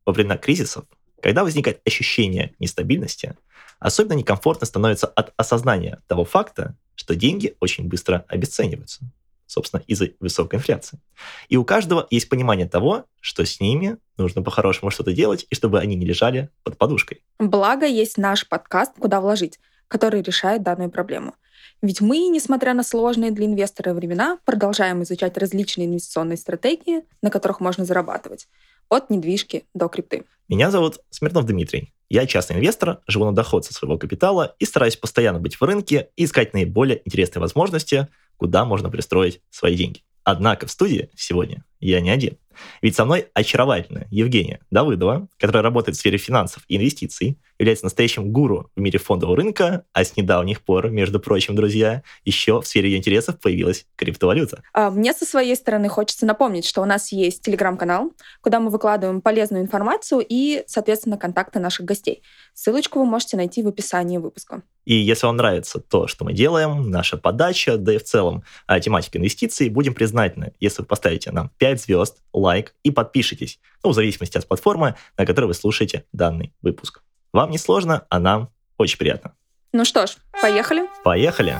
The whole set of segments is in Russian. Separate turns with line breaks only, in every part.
во времена кризисов, когда возникает ощущение нестабильности, особенно некомфортно становится от осознания того факта, что деньги очень быстро обесцениваются, собственно, из-за высокой инфляции. И у каждого есть понимание того, что с ними нужно по-хорошему что-то делать, и чтобы они не лежали под подушкой.
Благо, есть наш подкаст «Куда вложить», который решает данную проблему. Ведь мы, несмотря на сложные для инвестора времена, продолжаем изучать различные инвестиционные стратегии, на которых можно зарабатывать. От недвижки до крипты.
Меня зовут Смирнов Дмитрий. Я частный инвестор, живу на доход со своего капитала и стараюсь постоянно быть в рынке и искать наиболее интересные возможности, куда можно пристроить свои деньги. Однако в студии сегодня я не один. Ведь со мной очаровательная Евгения Давыдова, которая работает в сфере финансов и инвестиций, является настоящим гуру в мире фондового рынка, а с недавних пор, между прочим, друзья, еще в сфере ее интересов появилась криптовалюта.
Мне со своей стороны хочется напомнить, что у нас есть телеграм-канал, куда мы выкладываем полезную информацию и, соответственно, контакты наших гостей. Ссылочку вы можете найти в описании выпуска.
И если вам нравится то, что мы делаем, наша подача, да и в целом тематика инвестиций, будем признательны, если вы поставите нам 5 звезд, лайк и подпишитесь, в зависимости от платформы, на которой вы слушаете данный выпуск. Вам не сложно, а нам очень приятно.
Ну что ж, поехали?
Поехали!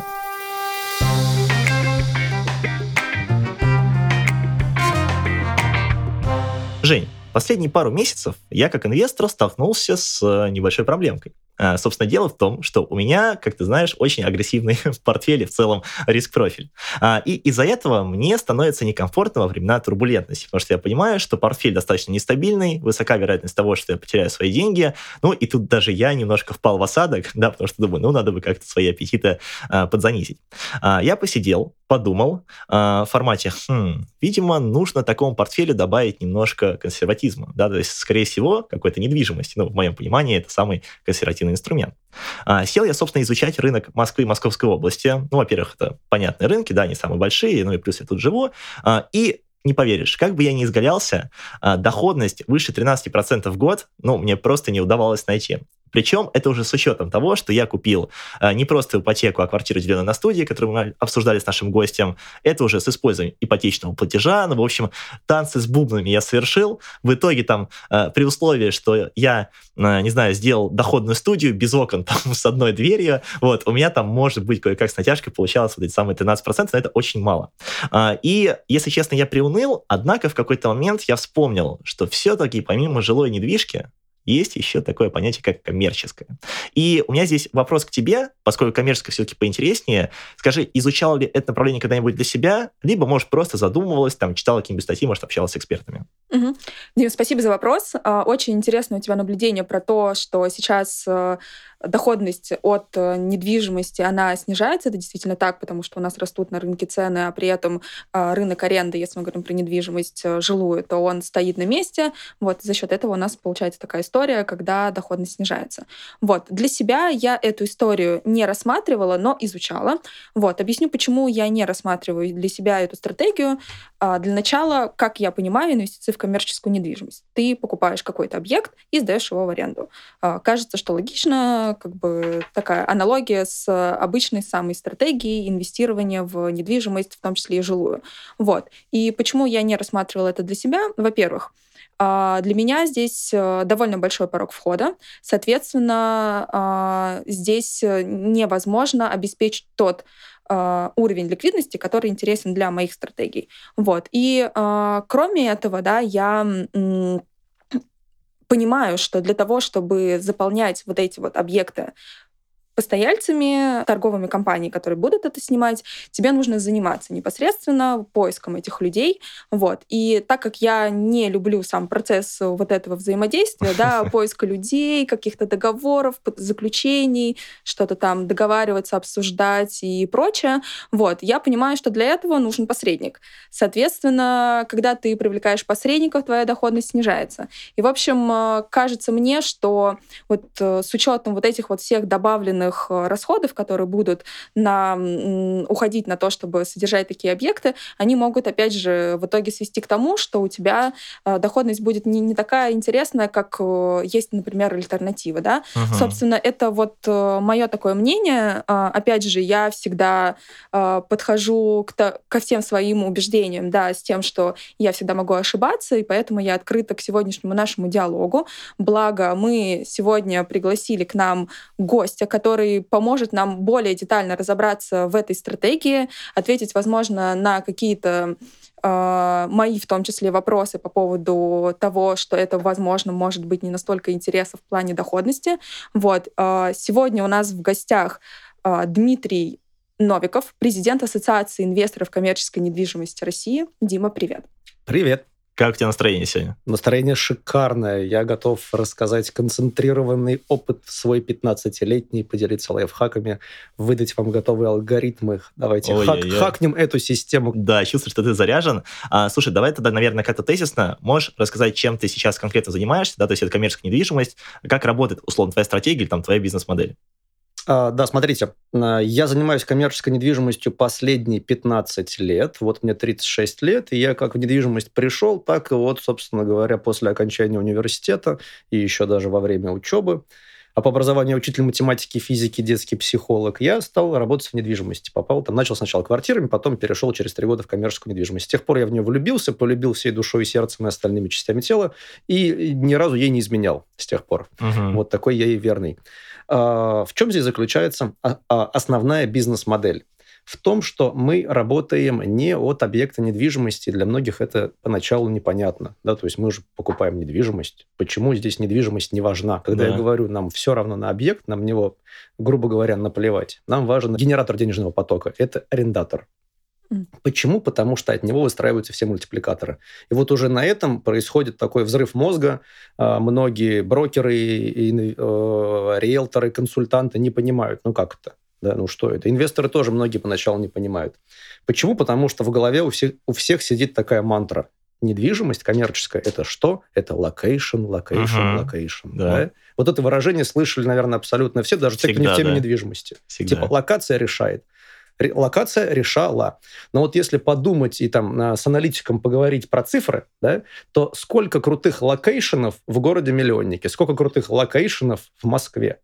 Жень, последние пару месяцев я как инвестор столкнулся с небольшой проблемкой. Собственно, дело в том, что у меня, как ты знаешь, очень агрессивный в портфеле в целом риск-профиль. И из-за этого мне становится некомфортно во времена турбулентности, потому что я понимаю, что портфель достаточно нестабильный, высока вероятность того, что я потеряю свои деньги. И тут даже я немножко впал в осадок, да, потому что думаю, надо бы как-то свои аппетиты подзанизить. Я посидел, подумал в формате, видимо, нужно такому портфелю добавить немножко консерватизма, да, то есть, скорее всего, какой-то недвижимости. В моем понимании, это самый консервативный инструмент. Сел я, собственно, изучать рынок Москвы и Московской области. Во-первых, это понятные рынки, да, они самые большие, и плюс я тут живу. И не поверишь, как бы я ни изгалялся, доходность выше 13% в год, мне просто не удавалось найти. Причем это уже с учетом того, что я купил не просто ипотеку, а квартиру, деленную на студии, которую мы обсуждали с нашим гостем. Это уже с использованием ипотечного платежа. В общем, танцы с бубнами я совершил. В итоге при условии, что я, сделал доходную студию без окон, с одной дверью, у меня может быть кое-как с натяжкой получалось эти самые 13%, но это очень мало. И, если честно, я приуныл, однако в какой-то момент я вспомнил, что все-таки помимо жилой недвижки, есть еще такое понятие, как коммерческое. И у меня здесь вопрос к тебе, поскольку коммерческое все-таки поинтереснее. Скажи, изучала ли это направление когда-нибудь для себя, либо, может, просто задумывалась, читала какие-нибудь статьи, может, общалась с экспертами?
Угу. Дим, спасибо за вопрос. Очень интересно у тебя наблюдение про то, что сейчас доходность от недвижимости, она снижается. Это действительно так, потому что у нас растут на рынке цены, а при этом рынок аренды, если мы говорим про недвижимость жилую, то он стоит на месте. За счет этого у нас получается такая история, когда доходность снижается. Для себя я эту историю не рассматривала, но изучала. Объясню, почему я не рассматриваю для себя эту стратегию. Для начала, как я понимаю, инвестиции в коммерческую недвижимость. Ты покупаешь какой-то объект и сдаешь его в аренду. Кажется, что логично, такая аналогия с обычной самой стратегией инвестирования в недвижимость, в том числе и жилую. И почему я не рассматривала это для себя? Во-первых, для меня здесь довольно большой порог входа. Соответственно, здесь невозможно обеспечить тот уровень ликвидности, который интересен для моих стратегий. И кроме этого, я понимаю, что для того, чтобы заполнять эти объекты постояльцами, торговыми компаниями, которые будут это снимать, тебе нужно заниматься непосредственно поиском этих людей. И так как я не люблю сам процесс этого взаимодействия, поиска людей, каких-то договоров, заключений, что-то договариваться, обсуждать и прочее, я понимаю, что для этого нужен посредник. Соответственно, когда ты привлекаешь посредников, твоя доходность снижается. И, в общем, кажется мне, что с учетом этих всех добавленных дополнительных расходов, которые будут уходить на то, чтобы содержать такие объекты, они могут, опять же, в итоге свести к тому, что у тебя доходность будет не такая интересная, как есть, например, альтернатива. Да? Собственно, это вот мое такое мнение. Опять же, я всегда подхожу ко всем своим убеждениям, да, с тем, что я всегда могу ошибаться, и поэтому я открыта к сегодняшнему нашему диалогу. Благо, мы сегодня пригласили к нам гостя, который поможет нам более детально разобраться в этой стратегии, ответить, возможно, на какие-то мои, в том числе, вопросы по поводу того, что это, возможно, может быть не настолько интересно в плане доходности. Вот. Сегодня у нас в гостях Дмитрий Новиков, президент Ассоциации инвесторов коммерческой недвижимости России. Дима, привет.
Привет.
Как у тебя настроение сегодня?
Настроение шикарное. Я готов рассказать концентрированный опыт свой 15-летний, поделиться лайфхаками, выдать вам готовые алгоритмы. Давайте хакнем эту систему.
Да, чувствую, что ты заряжен. Слушай, давай тогда, наверное, как-то тезисно. Можешь рассказать, чем ты сейчас конкретно занимаешься, да, то есть это коммерческая недвижимость, как работает, условно, твоя стратегия или там твоя бизнес-модель?
Да, смотрите, я занимаюсь коммерческой недвижимостью последние 15 лет. Вот мне 36 лет, и я как в недвижимость пришел, так и вот, собственно говоря, после окончания университета и еще даже во время учебы, а по образованию учитель математики, физики, детский психолог, я стал работать в недвижимости. Начал сначала квартирами, потом перешел через 3 года в коммерческую недвижимость. С тех пор я в нее влюбился, полюбил всей душой и сердцем и остальными частями тела, и ни разу ей не изменял с тех пор. Вот такой я и верный. В чем здесь заключается основная бизнес-модель? В том, что мы работаем не от объекта недвижимости. Для многих это поначалу непонятно. Да? То есть мы же покупаем недвижимость. Почему здесь недвижимость не важна? Когда я говорю, нам все равно на объект, нам на него, грубо говоря, наплевать. Нам важен генератор денежного потока. Это арендатор. Почему? Потому что от него выстраиваются все мультипликаторы. И вот уже на этом происходит такой взрыв мозга. Многие брокеры, риэлторы, консультанты не понимают, как это? Да, что это? Инвесторы тоже многие поначалу не понимают. Почему? Потому что в голове у всех сидит такая мантра. Недвижимость коммерческая – это что? Это локейшн. Да? Вот это выражение слышали, наверное, абсолютно все, даже те, кто не в теме недвижимости.
Всегда.
Типа локация решает. Локация решала. Но вот если подумать и там с аналитиком поговорить про цифры, да, то сколько крутых локейшенов в городе-миллионнике, сколько крутых локейшенов в Москве.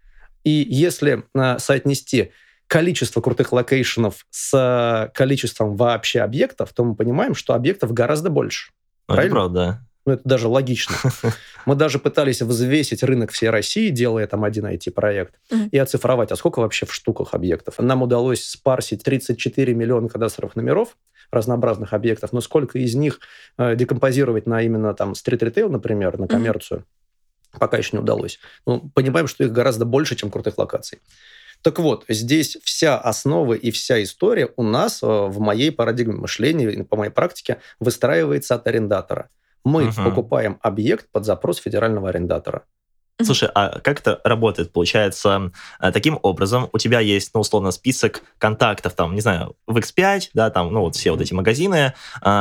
И если соотнести количество крутых локейшенов с количеством вообще объектов, то мы понимаем, что объектов гораздо больше.
Это правда.
Это даже логично. Мы даже пытались взвесить рынок всей России, делая там один IT-проект, и оцифровать, а сколько вообще в штуках объектов. Нам удалось спарсить 34 миллиона кадастровых номеров разнообразных объектов, но сколько из них декомпозировать на именно там стрит-ритейл, например, на коммерцию, пока еще не удалось. Понимаем, что их гораздо больше, чем крутых локаций. Так вот, здесь вся основа и вся история у нас в моей парадигме мышления, по моей практике, выстраивается от арендатора. Мы покупаем объект под запрос федерального арендатора.
Слушай, а как это работает? Получается, таким образом, у тебя есть, условно, список контактов, там, не знаю, в X5, да, там, вот все вот эти магазины,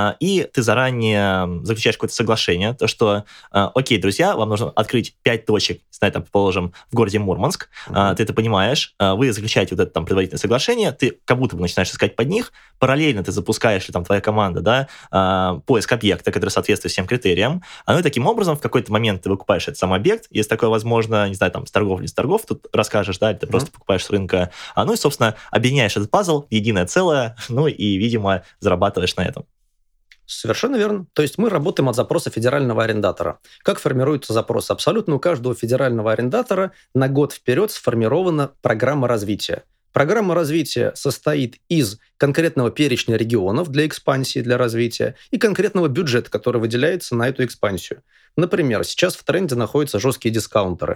и ты заранее заключаешь какое-то соглашение, то, что, окей, друзья, вам нужно открыть 5 точек, не знаю, там, предположим, в городе Мурманск, ты это понимаешь, вы заключаете вот это там предварительное соглашение, ты как будто бы начинаешь искать под них, параллельно ты запускаешь, или там твоя команда, да, поиск объекта, который соответствует всем критериям, и таким образом в какой-то момент ты выкупаешь этот самый объект, если такое возможно, не знаю, там, с торговли, с торгов тут расскажешь, да, или ты просто покупаешь с рынка, и, собственно, объединяешь этот пазл в единое целое, и, видимо, зарабатываешь на этом.
Совершенно верно. То есть мы работаем от запроса федерального арендатора. Как формируется запрос? Абсолютно у каждого федерального арендатора на год вперед сформирована программа развития. Программа развития состоит из конкретного перечня регионов для экспансии, для развития, и конкретного бюджета, который выделяется на эту экспансию. Например, сейчас в тренде находятся жесткие дискаунтеры.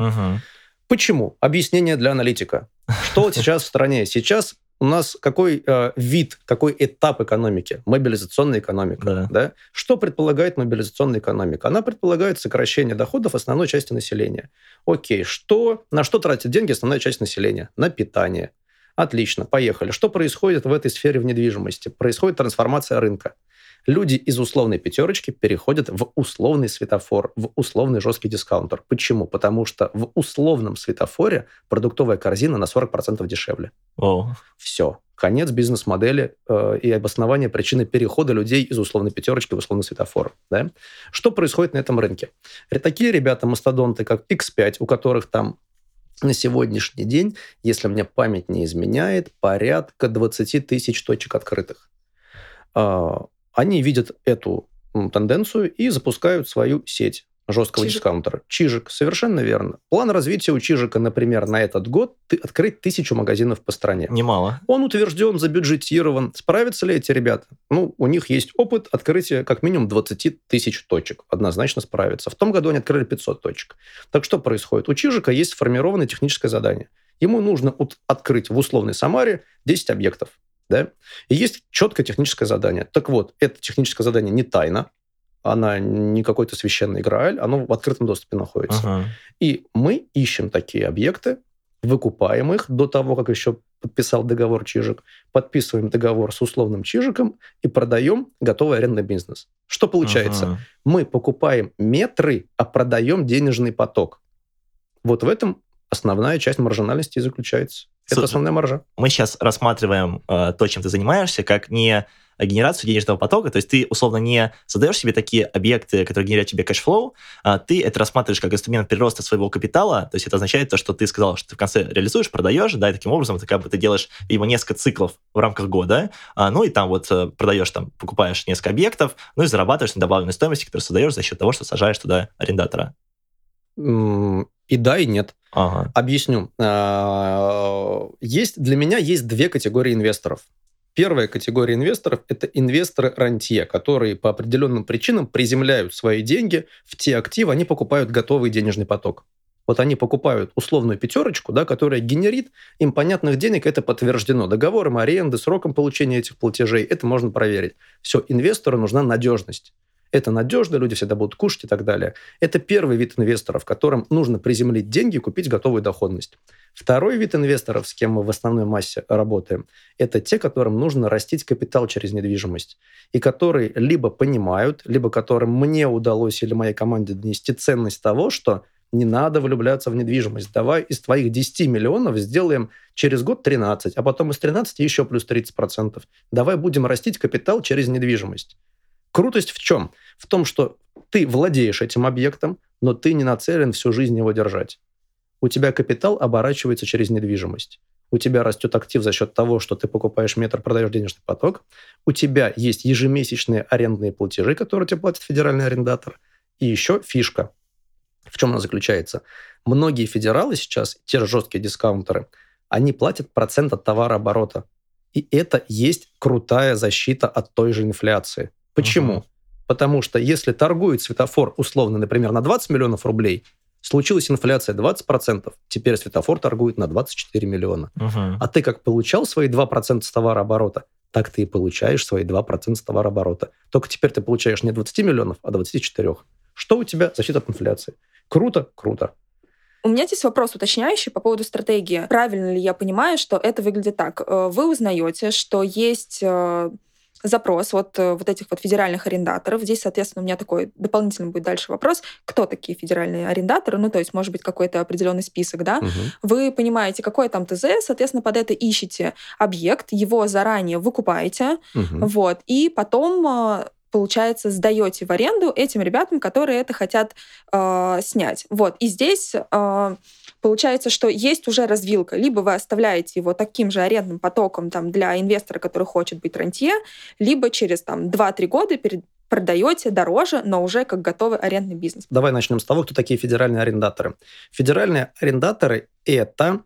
Почему? Объяснение для аналитика. Что сейчас в стране? Сейчас у нас какой вид, какой этап экономики? Мобилизационная экономика. Да. Что предполагает мобилизационная экономика? Она предполагает сокращение доходов основной части населения. Окей, на что тратит деньги основная часть населения? На питание. Отлично, поехали. Что происходит в этой сфере в недвижимости? Происходит трансформация рынка. Люди из условной пятерочки переходят в условный светофор, в условный жесткий дискаунтер. Почему? Потому что в условном светофоре продуктовая корзина на 40% дешевле.
О.
Все. Конец бизнес-модели и обоснование причины перехода людей из условной пятерочки в условный светофор. Да? Что происходит на этом рынке? Такие ребята-мастодонты, как X5, у которых там на сегодняшний день, если мне память не изменяет, порядка 20 тысяч точек открытых. Они видят эту тенденцию и запускают свою сеть жесткого дискаунтера. Чижик, совершенно верно. План развития у Чижика, например, на этот год открыть 1000 магазинов по стране.
Немало.
Он утвержден, забюджетирован. Справятся ли эти ребята? У них есть опыт открытия как минимум 20 тысяч точек. Однозначно справятся. В том году они открыли 500 точек. Так что происходит? У Чижика есть сформированное техническое задание. Ему нужно открыть в условной Самаре 10 объектов. Да? И есть четкое техническое задание. Так вот, это техническое задание не тайна. Она не какой-то священный грааль, оно в открытом доступе находится.
Ага.
И мы ищем такие объекты, выкупаем их до того, как еще подписал договор Чижик, подписываем договор с условным Чижиком и продаем готовый арендный бизнес. Что получается?
Ага.
Мы покупаем метры, а продаем денежный поток. Вот в этом основная часть маржинальности и заключается. Это основная маржа.
Мы сейчас рассматриваем то, чем ты занимаешься, как не генерацию денежного потока, то есть ты, условно, не создаешь себе такие объекты, которые генерируют тебе кэшфлоу, ты это рассматриваешь как инструмент прироста своего капитала, то есть это означает то, что ты сказал, что ты в конце реализуешь, продаешь, да, и таким образом ты делаешь, видимо, несколько циклов в рамках года, и там продаешь, покупаешь несколько объектов, и зарабатываешь на добавленной стоимости, которую создаешь за счет того, что сажаешь туда арендатора.
И да, и нет.
Ага.
Объясню. Для меня есть две категории инвесторов. Первая категория инвесторов – это инвесторы-рантье, которые по определенным причинам приземляют свои деньги в те активы, они покупают готовый денежный поток. Вот они покупают условную пятерочку, да, которая генерит им понятных денег, это подтверждено договором аренды, сроком получения этих платежей, это можно проверить. Все, инвестору нужна надежность. Это надежно, люди всегда будут кушать и так далее. Это первый вид инвесторов, которым нужно приземлить деньги и купить готовую доходность. Второй вид инвесторов, с кем мы в основной массе работаем, это те, которым нужно растить капитал через недвижимость. И которые либо понимают, либо которым мне удалось или моей команде донести ценность того, что не надо влюбляться в недвижимость. Давай из твоих 10 миллионов сделаем через год 13, а потом из 13 еще плюс 30%. Давай будем растить капитал через недвижимость. Крутость в чем? В том, что ты владеешь этим объектом, но ты не нацелен всю жизнь его держать. У тебя капитал оборачивается через недвижимость. У тебя растет актив за счет того, что ты покупаешь метр, продаешь денежный поток. У тебя есть ежемесячные арендные платежи, которые тебе платит федеральный арендатор. И еще фишка. В чем она заключается? Многие федералы сейчас, те же жесткие дискаунтеры, они платят процент от товарооборота. И это есть крутая защита от той же инфляции. Почему? Потому что если торгует светофор условно, например, на 20 миллионов рублей, случилась инфляция 20%, теперь светофор торгует на 24 миллиона. А ты как получал свои 2% с товарооборота, так ты и получаешь свои 2% с товарооборота. Только теперь ты получаешь не 20 миллионов, а 24. Что у тебя? Защита от инфляции. Круто? Круто.
У меня здесь вопрос уточняющий по поводу стратегии. Правильно ли я понимаю, что это выглядит так? Вы узнаете, что есть запрос от вот этих вот федеральных арендаторов. Здесь, соответственно, у меня такой дополнительный будет дальше вопрос, кто такие федеральные арендаторы, то есть, может быть, какой-то определенный список, да? Вы понимаете, какой там ТЗ, соответственно, под это ищете объект, его заранее выкупаете, вот, и потом получается, сдаете в аренду этим ребятам, которые это хотят снять. Вот. И здесь получается, что есть уже развилка. Либо вы оставляете его таким же арендным потоком для инвестора, который хочет быть рантье, либо через 2-3 года продаете дороже, но уже как готовый арендный бизнес.
Давай начнем с того, кто такие федеральные арендаторы. Федеральные арендаторы – это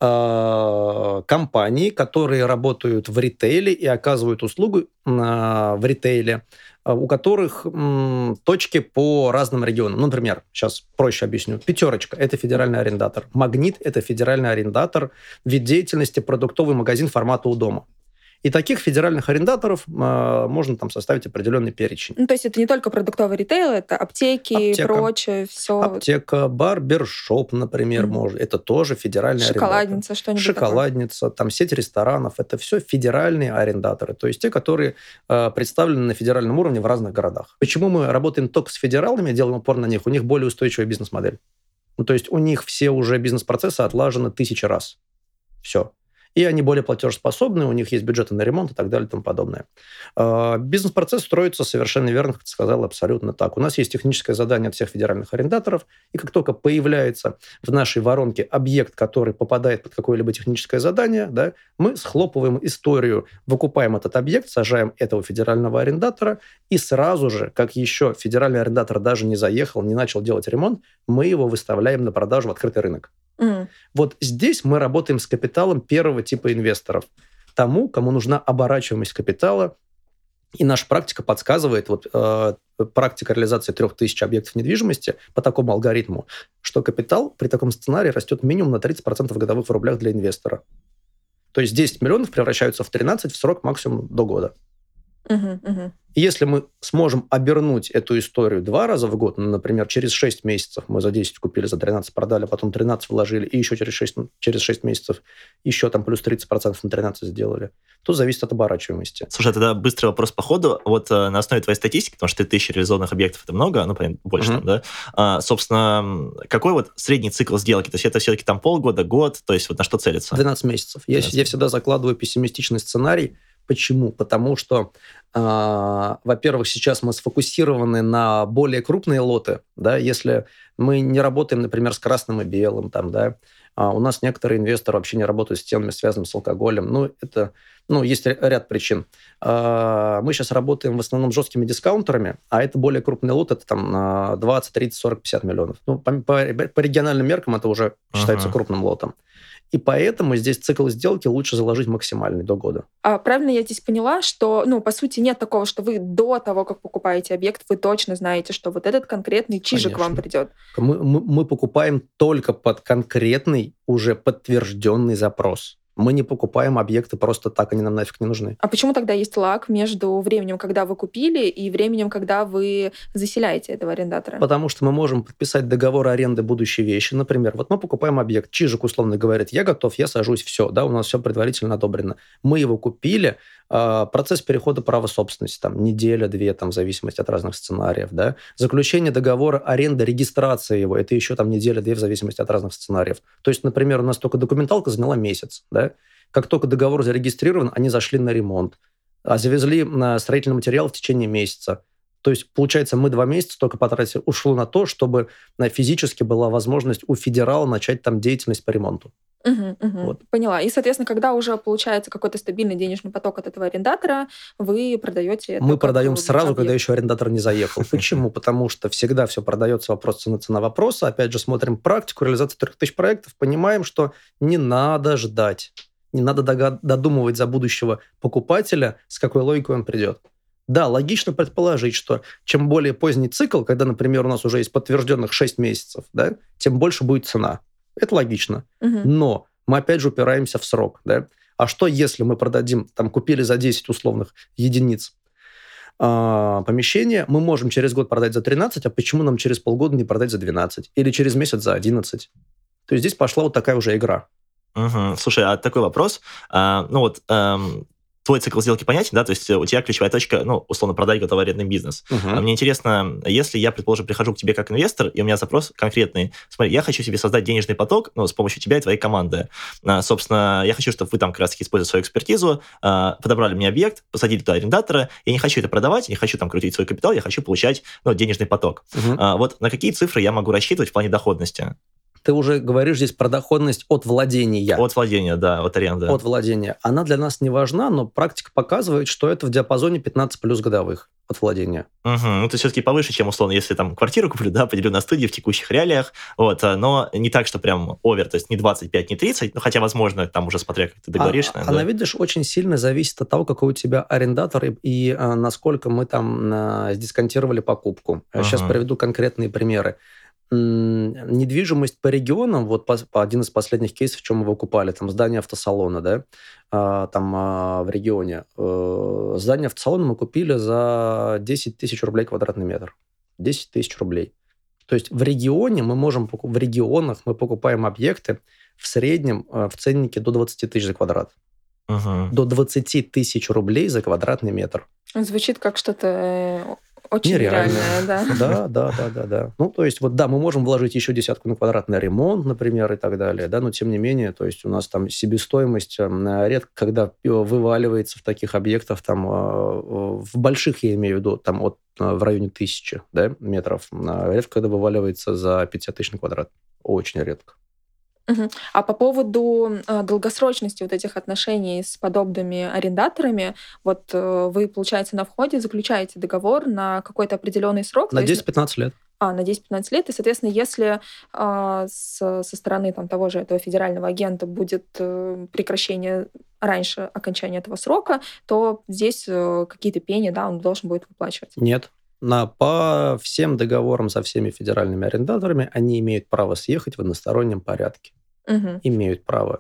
компании, которые работают в ритейле и оказывают услугу в ритейле, у которых точки по разным регионам. Например, сейчас проще объясню. Пятерочка – это федеральный арендатор. Магнит – это федеральный арендатор. Вид деятельности – продуктовый магазин формата у дома. И таких федеральных арендаторов можно там составить определенный перечень.
Ну, то есть это не только продуктовый ритейл, это аптеки, прочее, все.
Аптека, барбершоп, например, может. Это тоже федеральный арендатор.
Шоколадница, что-нибудь
Шоколадница,
такое.
там сеть ресторанов. Это все федеральные арендаторы. То есть те, которые представлены на федеральном уровне в разных городах. Почему мы работаем только с федералами, делаем упор на них? У них более устойчивая бизнес-модель. Ну, то есть у них все уже бизнес-процессы отлажены 1000 раз. Все. И они более платежеспособны, у них есть бюджеты на ремонт и так далее и тому подобное. Бизнес-процесс строится совершенно верно, как ты сказал, абсолютно так. У нас есть техническое задание от всех федеральных арендаторов, и как только появляется в нашей воронке объект, который попадает под какое-либо техническое задание, да, мы схлопываем историю, выкупаем этот объект, сажаем этого федерального арендатора, и сразу же, как еще федеральный арендатор даже не заехал, не начал делать ремонт, мы его выставляем на продажу в открытый рынок. Вот здесь мы работаем с капиталом первого типа инвесторов. Тому, кому нужна оборачиваемость капитала. И наша практика подсказывает, практика реализации 3000 объектов недвижимости по такому алгоритму, что капитал при таком сценарии растет минимум на 30% годовых в рублях для инвестора. То есть 10 миллионов превращаются в 13 в срок максимум до года. И если мы сможем обернуть эту историю 2 раза в год, например, через 6 месяцев мы за 10 купили, за 13 продали, а потом 13 вложили, и еще через 6 месяцев еще там плюс 30% на 13 сделали, то зависит от оборачиваемости.
Слушай, тогда быстрый вопрос по ходу. Вот на основе твоей статистики, потому что 1000 реализованных объектов это много, ну, понятно, больше там, да? Собственно, какой вот средний цикл сделки? То есть это все-таки там полгода, год, то есть вот на что целится?
12 месяцев. Я всегда закладываю пессимистичный сценарий. Почему? Потому что, во-первых, сейчас мы сфокусированы на более крупные лоты. Да? Если мы не работаем, например, с красным и белым, там, да, у нас некоторые инвесторы вообще не работают с темами, связанными с алкоголем. Есть ряд причин. Мы сейчас работаем в основном с жесткими дискаунтерами, а это более крупный лот, это там 20, 30, 40, 50 миллионов. Ну, по региональным меркам это уже считается крупным лотом. И поэтому здесь цикл сделки лучше заложить максимальный до года.
А правильно я здесь поняла, что, по сути, нет такого, что вы до того, как покупаете объект, вы точно знаете, что вот этот конкретный чижик к вам придет?
Мы покупаем только под конкретный, уже подтвержденный запрос. Мы не покупаем объекты просто так, они нам нафиг не нужны.
А почему тогда есть лаг между временем, когда вы купили, и временем, когда вы заселяете этого арендатора?
Потому что мы можем подписать договор аренды будущей вещи. Например, вот мы покупаем объект, чижик условно говорит, я готов, я сажусь, все, да, у нас все предварительно одобрено. Мы его купили, процесс перехода права собственности, там, неделя-две, там, в зависимости от разных сценариев, да. Заключение договора аренды, регистрация его, это еще там неделя-две в зависимости от разных сценариев. То есть, например, у нас только документалка заняла месяц, да. Как только договор зарегистрирован, они зашли на ремонт, завезли на строительный материал в течение месяца. То есть, получается, мы 2 месяца только потратили, ушло на то, чтобы физически была возможность у федерала начать там деятельность по ремонту.
Вот. Поняла. И, соответственно, когда уже получается какой-то стабильный денежный поток от этого арендатора, вы продаете это?
Мы продаем сразу, когда еще арендатор не заехал. Почему? Потому что всегда все продается, вопрос цена вопроса. Опять же, смотрим практику реализации 3000 проектов, понимаем, что не надо ждать, не надо додумывать за будущего покупателя, с какой логикой он придет. Да, логично предположить, что чем более поздний цикл, когда, например, у нас уже есть подтвержденных 6 месяцев, да, тем больше будет цена. Это логично. Но мы опять же упираемся в срок. Да? А что, если мы продадим, там, купили за 10 условных единиц помещение, мы можем через год продать за 13, а почему нам через полгода не продать за 12? Или через месяц за 11? То есть здесь пошла вот такая уже игра.
Слушай, а такой вопрос. Твой цикл сделки понятен, да? То есть у тебя ключевая точка, условно, продать готовый арендный бизнес. Мне интересно, если я, предположим, прихожу к тебе как инвестор, и у меня запрос конкретный. Смотри, я хочу себе создать денежный поток, с помощью тебя и твоей команды. Собственно, я хочу, чтобы вы там как раз-таки, используя свою экспертизу, подобрали мне объект, посадили туда арендатора. Я не хочу это продавать, не хочу там крутить свой капитал, я хочу получать денежный поток. Вот на какие цифры я могу рассчитывать в плане доходности?
Ты уже говоришь здесь про доходность от владения.
От владения, да, от аренды.
От владения. Она для нас не важна, но практика показывает, что это в диапазоне 15 плюс годовых от владения.
То есть все-таки повыше, чем, условно, если там квартиру куплю, да, поделю на студии в текущих реалиях, но не так, что прям овер, то есть не 25, не 30, хотя, возможно, там уже смотря, как ты договоришь.
Она, видишь, очень сильно зависит от того, какой у тебя арендатор и насколько мы там дисконтировали покупку. Сейчас приведу конкретные примеры. Недвижимость по регионам, вот по один из последних кейсов, в чем мы выкупали, там здание автосалона, да, в регионе. Здание автосалона мы купили за 10 тысяч рублей квадратный метр. 10 тысяч рублей. То есть в регионе в регионах мы покупаем объекты в среднем в ценнике до 20 тысяч за квадрат. До 20 тысяч рублей за квадратный метр.
Звучит как что-то очень нереальное, да.
Да. Ну, то есть, мы можем вложить еще 10 на квадрат на ремонт, например, и так далее, да, но тем не менее, то есть у нас там себестоимость редко, когда вываливается в таких объектах, там, в больших, я имею в виду, там, в районе 1000, да, метров, редко, когда вываливается за 50 тысяч на квадрат. Очень редко.
А по поводу долгосрочности вот этих отношений с подобными арендаторами, вы, получается, на входе заключаете договор на какой-то определенный срок?
На 10-15 лет.
На 10-15 лет. И, соответственно, если со стороны того же этого федерального агента будет прекращение раньше окончания этого срока, то здесь какие-то пени, да, он должен будет выплачивать?
Нет. По всем договорам со всеми федеральными арендаторами они имеют право съехать в одностороннем порядке. Имеют право.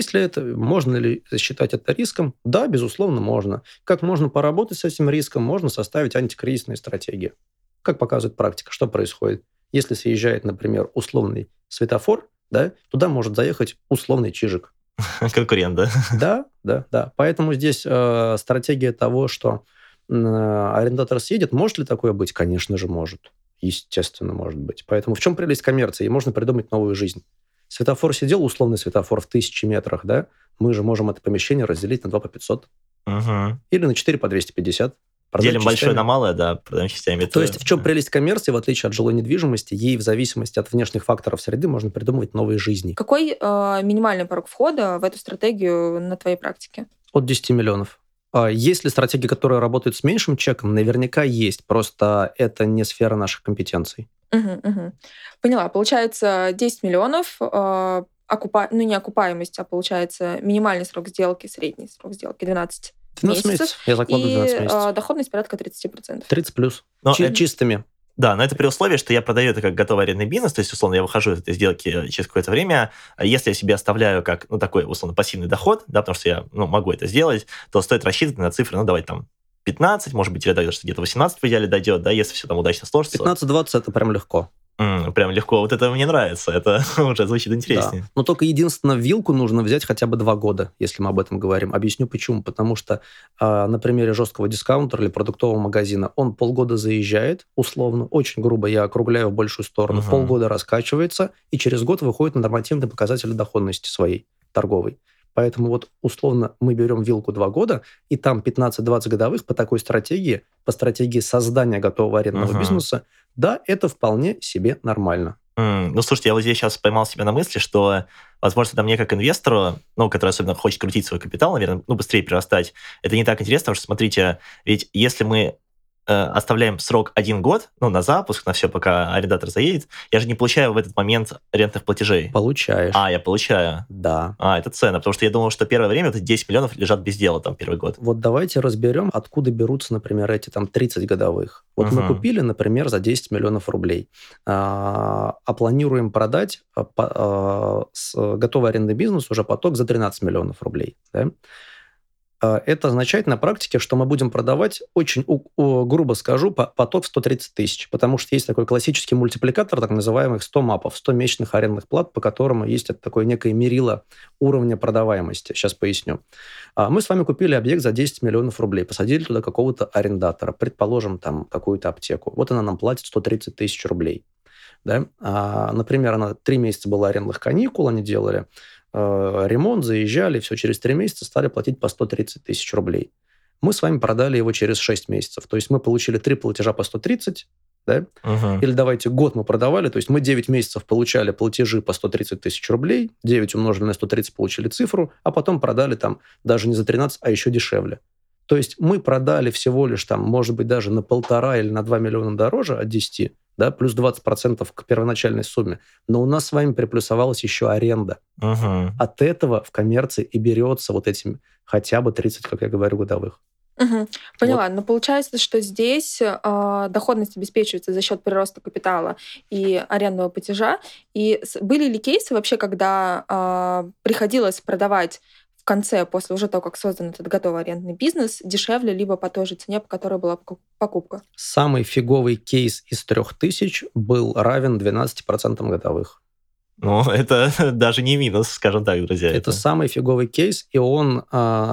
Можно ли считать это риском? Да, безусловно, можно. Как можно поработать с этим риском? Можно составить антикризисные стратегии. Как показывает практика, что происходит? Если съезжает, например, условный светофор, да, туда может заехать условный чижик.
Конкурент, да?
Да. Поэтому здесь стратегия того, что арендатор съедет, может ли такое быть? Конечно же, может. Естественно, может быть. Поэтому в чем прелесть коммерции? Можно придумать новую жизнь. Светофор сидел, условный светофор в 1000 метрах, да? Мы же можем это помещение разделить на 2 по 500. Или на 4 по 250.
Делим большое на малое, да, продаем частями.
То есть в чем прелесть коммерции, в отличие от жилой недвижимости, ей в зависимости от внешних факторов среды можно придумывать новые жизни.
Какой минимальный порог входа в эту стратегию на твоей практике?
От 10 миллионов. Есть ли стратегии, которые работают с меньшим чеком? Наверняка есть, просто это не сфера наших компетенций.
Поняла. Получается, 10 миллионов, не окупаемость, а получается минимальный срок сделки, средний срок сделки 12 месяцев.
Я закладываю 12 месяцев.
И доходность порядка 30%.
30 плюс. Чистыми.
Да, но это при условии, что я продаю это как готовый арендный бизнес, то есть, условно, я выхожу из этой сделки через какое-то время. Если я себе оставляю как, такой, условно, пассивный доход, да, потому что я, могу это сделать, то стоит рассчитывать на цифры, давай там 15, может быть, или даже где-то 18 в идеале дойдет, да, если все там удачно сложится.
15-20 это прям легко.
Прям легко. Вот это мне нравится. Это уже звучит интереснее.
Да. Но только единственное, вилку нужно взять хотя бы 2 года, если мы об этом говорим. Объясню почему. Потому что на примере жесткого дискаунтера или продуктового магазина он полгода заезжает, условно, очень грубо я округляю в большую сторону, полгода раскачивается, и через год выходит на нормативные показатели доходности своей торговой. Поэтому условно мы берем вилку 2 года, и там 15-20 годовых по такой стратегии, по стратегии создания готового арендного бизнеса, да, это вполне себе нормально.
Слушайте, я здесь сейчас поймал себя на мысли, что, возможно, мне как инвестору, который особенно хочет крутить свой капитал, наверное, быстрее прирастать, это не так интересно, потому что, смотрите, ведь если мы оставляем срок 1 год, на запуск, на все, пока арендатор заедет, я же не получаю в этот момент рентных платежей.
Получаешь.
Я получаю.
Да.
Это ценно, потому что я думал, что первое время 10 миллионов лежат без дела, первый год.
Давайте разберем, откуда берутся, например, эти 30 годовых. Мы купили, например, за 10 миллионов рублей, планируем продать готовый арендный бизнес уже поток за 13 миллионов рублей, да? Это означает на практике, что мы будем продавать очень, грубо скажу, поток в 130 тысяч, потому что есть такой классический мультипликатор, так называемых 100 мапов, 100 месячных арендных плат, по которому есть такое некое мерило уровня продаваемости. Сейчас поясню. Мы с вами купили объект за 10 миллионов рублей, посадили туда какого-то арендатора, предположим, там какую-то аптеку. Она нам платит 130 тысяч рублей. Да? Например, она 3 месяца была арендных каникул, они делали ремонт, заезжали, все, через 3 месяца стали платить по 130 тысяч рублей. Мы с вами продали его через 6 месяцев. То есть мы получили 3 платежа по 130, да? Или давайте год мы продавали, то есть мы 9 месяцев получали платежи по 130 тысяч рублей, 9 умножили на 130, получили цифру, а потом продали даже не за 13, а еще дешевле. То есть мы продали всего лишь может быть, даже на 1,5 или на 2 миллиона дороже от 10, да, плюс 20% к первоначальной сумме. Но у нас с вами приплюсовалась еще аренда. От этого в коммерции и берется этим хотя бы 30, как я говорю, годовых.
Поняла. Но получается, что здесь доходность обеспечивается за счет прироста капитала и арендного платежа. И были ли кейсы вообще, когда приходилось продавать в конце, после уже того, как создан этот готовый арендный бизнес, дешевле, либо по той же цене, по которой была покупка?
Самый фиговый кейс из 3000 был равен 12% годовых.
Ну, это даже не минус, скажем так, друзья.
Это самый фиговый кейс, и он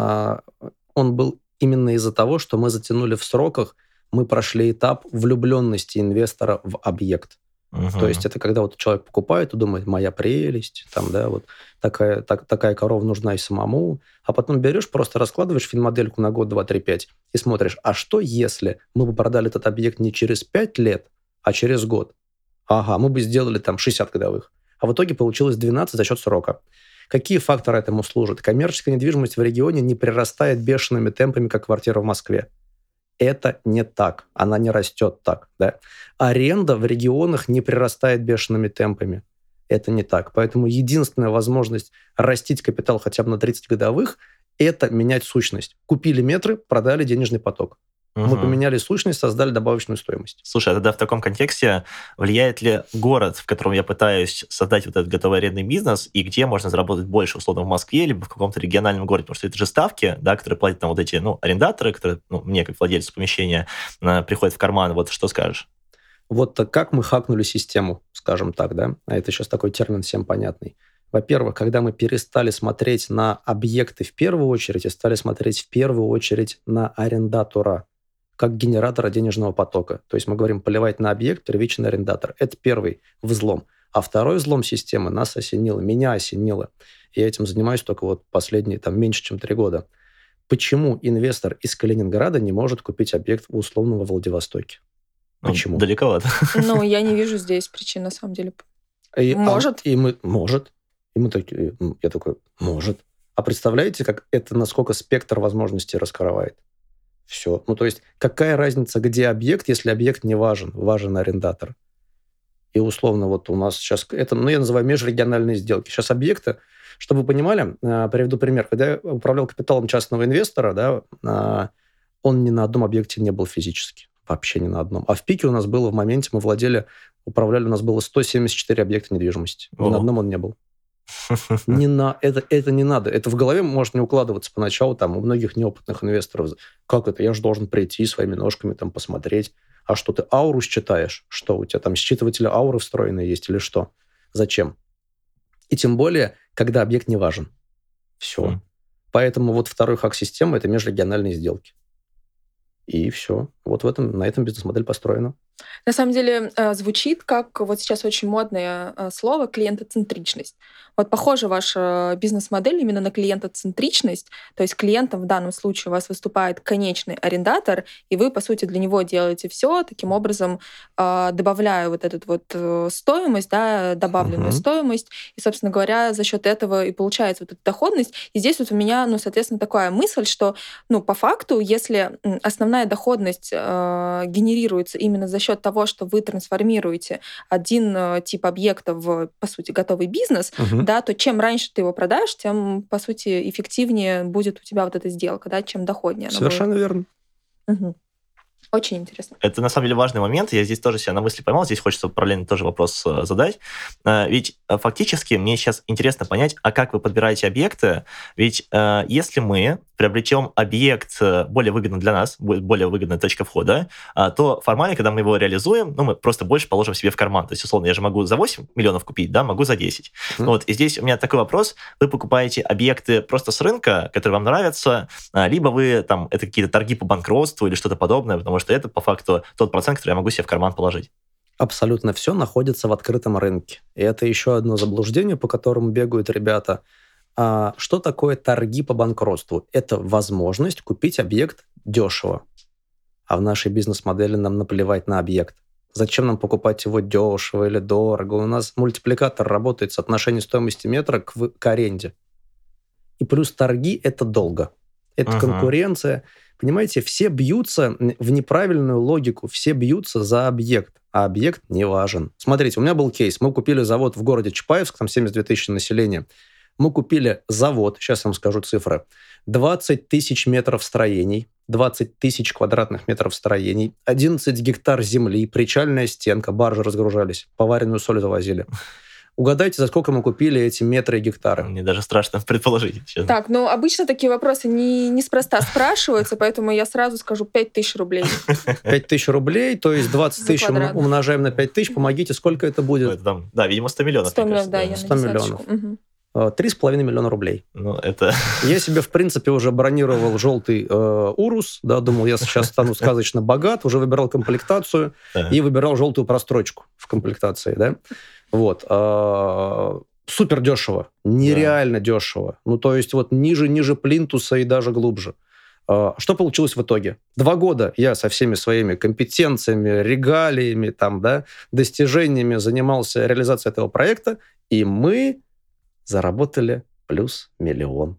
был именно из-за того, что мы затянули в сроках, мы прошли этап влюбленности инвестора в объект. То есть это когда вот человек покупает и думает, моя прелесть, там, да, вот такая корова нужна и самому, а потом берешь, просто раскладываешь финмодельку на год, 2, 3, 5 и смотришь, а что если мы бы продали этот объект не через 5 лет, а через год? Ага, мы бы сделали там 60 годовых. А в итоге получилось 12 за счет срока. Какие факторы этому служат? Коммерческая недвижимость в регионе не прирастает бешеными темпами, как квартира в Москве. Это не так. Она не растет так. Да? Аренда в регионах не прирастает бешеными темпами. Это не так. Поэтому единственная возможность растить капитал хотя бы на 30 годовых – это менять сущность. Купили метры, продали денежный поток. Мы поменяли сущность, создали добавочную стоимость.
Слушай, а тогда в таком контексте влияет ли город, в котором я пытаюсь создать вот этот готовый арендный бизнес, и где можно заработать больше, условно, в Москве, либо в каком-то региональном городе? Потому что это же ставки, да, которые платят там вот эти арендаторы, которые мне, как владельцу помещения, приходят в карман. Вот что скажешь?
Вот как мы хакнули систему, скажем так, да? А это сейчас такой термин всем понятный. Во-первых, когда мы перестали смотреть на объекты в первую очередь и стали смотреть в первую очередь на арендатора, как генератора денежного потока. То есть мы говорим, поливать на объект первичный арендатор. Это первый взлом. А второй взлом системы нас осенило, меня осенило. Я этим занимаюсь только вот последние меньше, чем 3 года. Почему инвестор из Калининграда не может купить объект в условном Владивостоке? Почему?
Далековато.
Я не вижу здесь причин, на самом деле.
Может. Может. И я такой, может. А представляете, насколько спектр возможностей раскрывает? Все. То есть какая разница, где объект, если объект не важен, важен арендатор. И условно вот у нас сейчас, это, я называю межрегиональные сделки. Сейчас объекты, чтобы вы понимали, приведу пример. Когда я управлял капиталом частного инвестора, да, он ни на одном объекте не был физически. Вообще ни на одном. А в пике у нас было, в моменте мы управляли, у нас было 174 объекта недвижимости. Ни на одном он не был. Это не надо. Это в голове может не укладываться поначалу у многих неопытных инвесторов. Как это? Я же должен прийти своими ножками посмотреть. А что, ты ауру считаешь? Что, у тебя считыватели ауры встроенные есть или что? Зачем? И тем более, когда объект не важен. Все. Поэтому вот второй хак системы – это межрегиональные сделки. И все. Вот на этом бизнес-модель построена.
На самом деле звучит как вот сейчас очень модное слово клиентоцентричность. Вот похоже ваша бизнес-модель именно на клиентоцентричность, то есть клиентом в данном случае у вас выступает конечный арендатор, и вы, по сути, для него делаете все, таким образом добавляя вот эту стоимость, да, добавленную стоимость, и, собственно говоря, за счет этого и получается вот эта доходность. И здесь вот у меня, соответственно, такая мысль, что, по факту, если основная доходность генерируется именно за счет того, что вы трансформируете один тип объекта в, по сути, готовый бизнес, да, то чем раньше ты его продашь, тем, по сути, эффективнее будет у тебя вот эта сделка, да, чем доходнее.
Совершенно верно.
Очень интересно.
Это, на самом деле, важный момент. Я здесь тоже себя на мысли поймал. Здесь хочется параллельно тоже вопрос задать. Ведь фактически мне сейчас интересно понять, а как вы подбираете объекты? Ведь если мы приобретем объект более выгодно для нас, более выгодная точка входа, то формально, когда мы его реализуем, мы просто больше положим себе в карман. То есть, условно, я же могу за 8 миллионов купить, да, могу за 10. И здесь у меня такой вопрос. Вы покупаете объекты просто с рынка, которые вам нравятся, либо вы это какие-то торги по банкротству или что-то подобное, потому что это, по факту, тот процент, который я могу себе в карман положить.
Абсолютно все находится в открытом рынке. И это еще одно заблуждение, по которому бегают ребята. Что такое торги по банкротству? Это возможность купить объект дешево. А в нашей бизнес-модели нам наплевать на объект. Зачем нам покупать его дешево или дорого? У нас мультипликатор работает соотношение стоимости метра к аренде. И плюс торги – это долго. Это конкуренция. Понимаете, все бьются в неправильную логику, все бьются за объект, а объект не важен. Смотрите, у меня был кейс. Мы купили завод в городе Чапаевск, там 72 тысячи населения. Мы купили завод, сейчас я вам скажу цифры, 20 тысяч метров строений, 20 тысяч квадратных метров строений, 11 гектар земли, причальная стенка, баржи разгружались, поваренную соль завозили. Угадайте, за сколько мы купили эти метры и гектары?
Мне даже страшно предположить. Честно.
Так, ну обычно такие вопросы неспроста спрашиваются, поэтому я сразу скажу 5000 рублей.
5000 рублей, то есть 20 тысяч умножаем на 5000, помогите, сколько это будет?
Это там, да, видимо, 100 миллионов.
100 миллионов, да, я
100
на
миллионов.
десяточку.
3,5 миллиона рублей.
Ну, это...
Я себе, в принципе, уже бронировал желтый Урус, да, думал, я сейчас стану сказочно богат, уже выбирал комплектацию и выбирал желтую прострочку в комплектации, да. Вот. Супер дешево, нереально дешево. Ну, то есть вот ниже плинтуса и даже глубже. Что получилось в итоге? 2 года я со всеми своими компетенциями, регалиями, там, да, достижениями занимался реализацией этого проекта, и мы заработали плюс 1 миллион.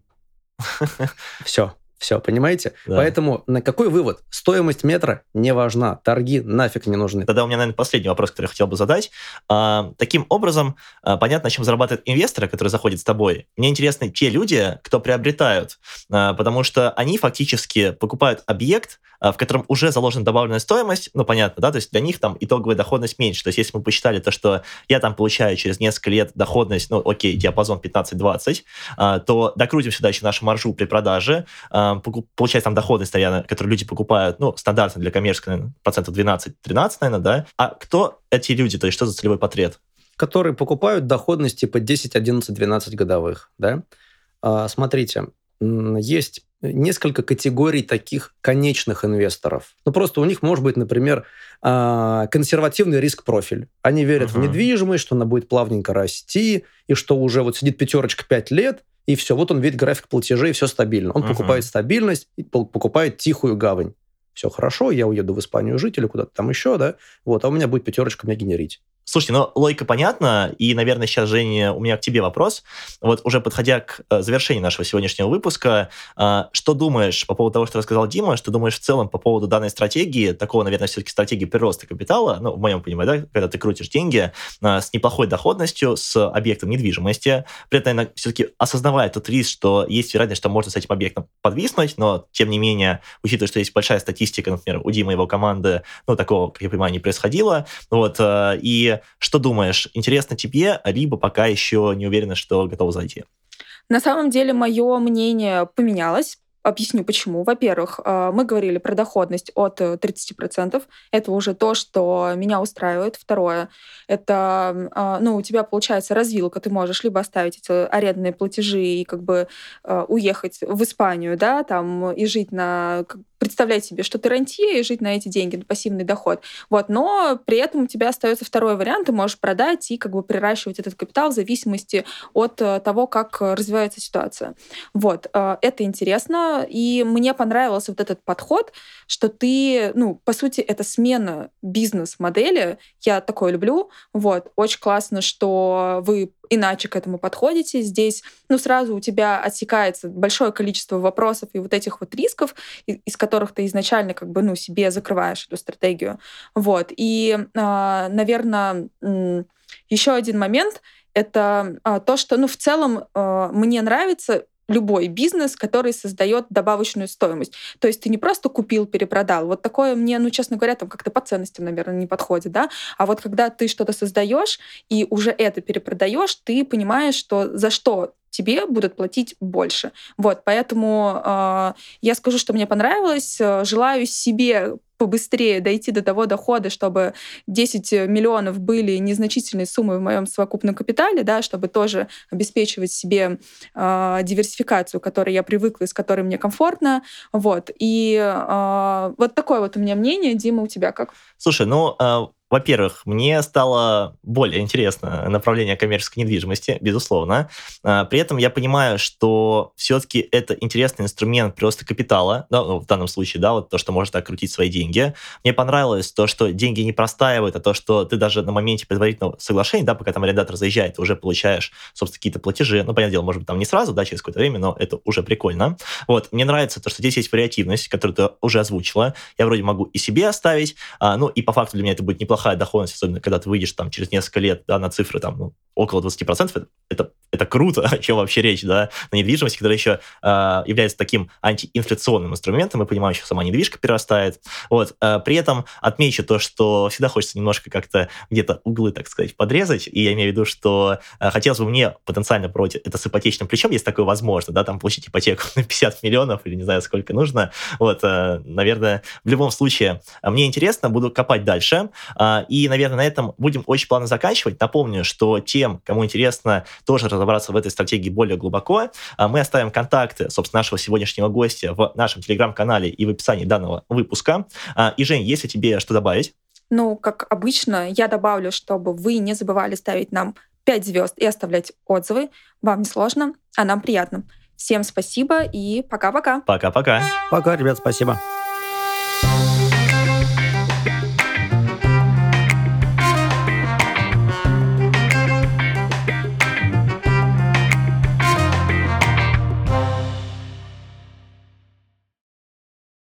Все, понимаете? Да. Поэтому на какой вывод? Стоимость метра не важна, торги нафиг не нужны.
Тогда у меня, наверное, последний вопрос, который я хотел бы задать. Таким образом, понятно, чем зарабатывают инвесторы, которые заходят с тобой. Мне интересны те люди, кто приобретают, потому что они фактически покупают объект, в котором уже заложена добавленная стоимость, ну, понятно, да, то есть для них там итоговая доходность меньше. То есть если мы посчитали то, что я там получаю через несколько лет доходность, ну, окей, диапазон 15-20, то докрутим сюда еще нашу маржу при продаже, получается там доходность, наверное, которую люди покупают, ну, стандартно для коммерческой, наверное, процентов 12-13, наверное, да. А кто эти люди, то есть что за целевой портрет?
Которые покупают доходность типа 10, 11, 12 годовых, да. Смотрите, есть несколько категорий таких конечных инвесторов. Ну, просто у них может быть, например, консервативный риск-профиль. Они верят в недвижимость, что она будет плавненько расти, и что уже вот сидит 5 лет, и все, вот он видит график платежей, и все стабильно. Он покупает стабильность, и покупает тихую гавань. Все хорошо, я уеду в Испанию жить или куда-то там еще, да, вот, а у меня будет 5 мне генерить.
Слушайте, ну, логика понятна, и, наверное, сейчас, Женя, у меня к тебе вопрос. Вот уже подходя к завершению нашего сегодняшнего выпуска, что думаешь по поводу того, что рассказал Дима, что думаешь в целом по поводу данной стратегии, такого, наверное, все-таки стратегии прироста капитала, ну, в моем понимании, да, когда ты крутишь деньги с неплохой доходностью, с объектом недвижимости, при этом, наверное, все-таки осознавая тот риск, что есть вероятность, что можно с этим объектом подвиснуть, но, тем не менее, учитывая, что есть большая статистика, например, у Димы и его команды, ну, такого, как я понимаю, не происходило, вот, и что думаешь, интересно тебе, либо пока еще не уверена, что готова зайти?
На самом деле мое мнение поменялось. Объясню почему. Во-первых, мы говорили про доходность от 30%. Это уже то, что меня устраивает. Второе, это, ну, у тебя получается развилка. Ты можешь либо оставить эти арендные платежи и как бы уехать в Испанию, да, там, и жить на... представлять себе, что ты рантье, и жить на эти деньги, на пассивный доход. Вот. Но при этом у тебя остается второй вариант. Ты можешь продать и как бы приращивать этот капитал в зависимости от того, как развивается ситуация. Вот. Это интересно. И мне понравился вот этот подход, что ты, ну, по сути, это смена бизнес-модели. Я такое люблю. Вот. Очень классно, что вы иначе к этому подходите. Здесь, ну, сразу у тебя отсекается большое количество вопросов и вот этих вот рисков, из которых ты изначально как бы, ну, себе закрываешь эту стратегию. Вот. И, наверное, еще один момент — это то, что, ну, в целом мне нравится любой бизнес, который создает добавочную стоимость. То есть ты не просто купил, перепродал. Вот такое мне, ну, честно говоря, там как-то по ценностям, наверное, не подходит, да. А вот когда ты что-то создаешь и уже это перепродаешь, ты понимаешь, что за что тебе будут платить больше. Вот, поэтому я скажу, что мне понравилось. Желаю себе побыстрее дойти до того дохода, чтобы 10 миллионов были незначительной суммой в моем совокупном капитале, да, чтобы тоже обеспечивать себе диверсификацию, к которой я привыкла и с которой мне комфортно. Вот. И вот такое вот у меня мнение. Дима, у тебя как?
Слушай, ну, во-первых, мне стало более интересно направление коммерческой недвижимости, безусловно. При этом я понимаю, что все-таки это интересный инструмент прироста капитала, да, ну, в данном случае, да, вот то, что можно так крутить свои деньги. Мне понравилось то, что деньги не простаивают, а то, что ты даже на моменте предварительного соглашения, да, пока там арендатор заезжает, ты уже получаешь, собственно, какие-то платежи. Ну, понятное дело, может быть, там не сразу, да, через какое-то время, но это уже прикольно. Вот, мне нравится то, что здесь есть вариативность, которую ты уже озвучила. Я вроде могу и себе оставить, ну, и по факту для меня это будет неплохая доходность, особенно когда ты выйдешь там через несколько лет, да, на цифры там, ну, около 20%, это это круто, о чем вообще речь, да, на недвижимости, которая еще является таким антиинфляционным инструментом, мы понимаем, что сама недвижка перерастает. Вот. При этом отмечу то, что всегда хочется немножко как-то где-то углы, так сказать, подрезать, и я имею в виду, что хотелось бы мне потенциально пробовать это с ипотечным плечом, если такое возможно, да, там получить ипотеку на 50 миллионов или не знаю, сколько нужно. Вот, наверное, в любом случае, мне интересно, буду копать дальше, и, наверное, на этом будем очень плавно заканчивать. Напомню, что тем, кому интересно тоже разобраться в этой стратегии более глубоко, мы оставим контакты, собственно, нашего сегодняшнего гостя в нашем телеграм-канале и в описании данного выпуска. И, Жень, если тебе что добавить?
Ну, как обычно, я добавлю, чтобы вы не забывали ставить нам 5 звезд и оставлять отзывы. Вам не сложно, а нам приятно. Всем спасибо и пока-пока.
Пока-пока.
Пока, ребят, спасибо.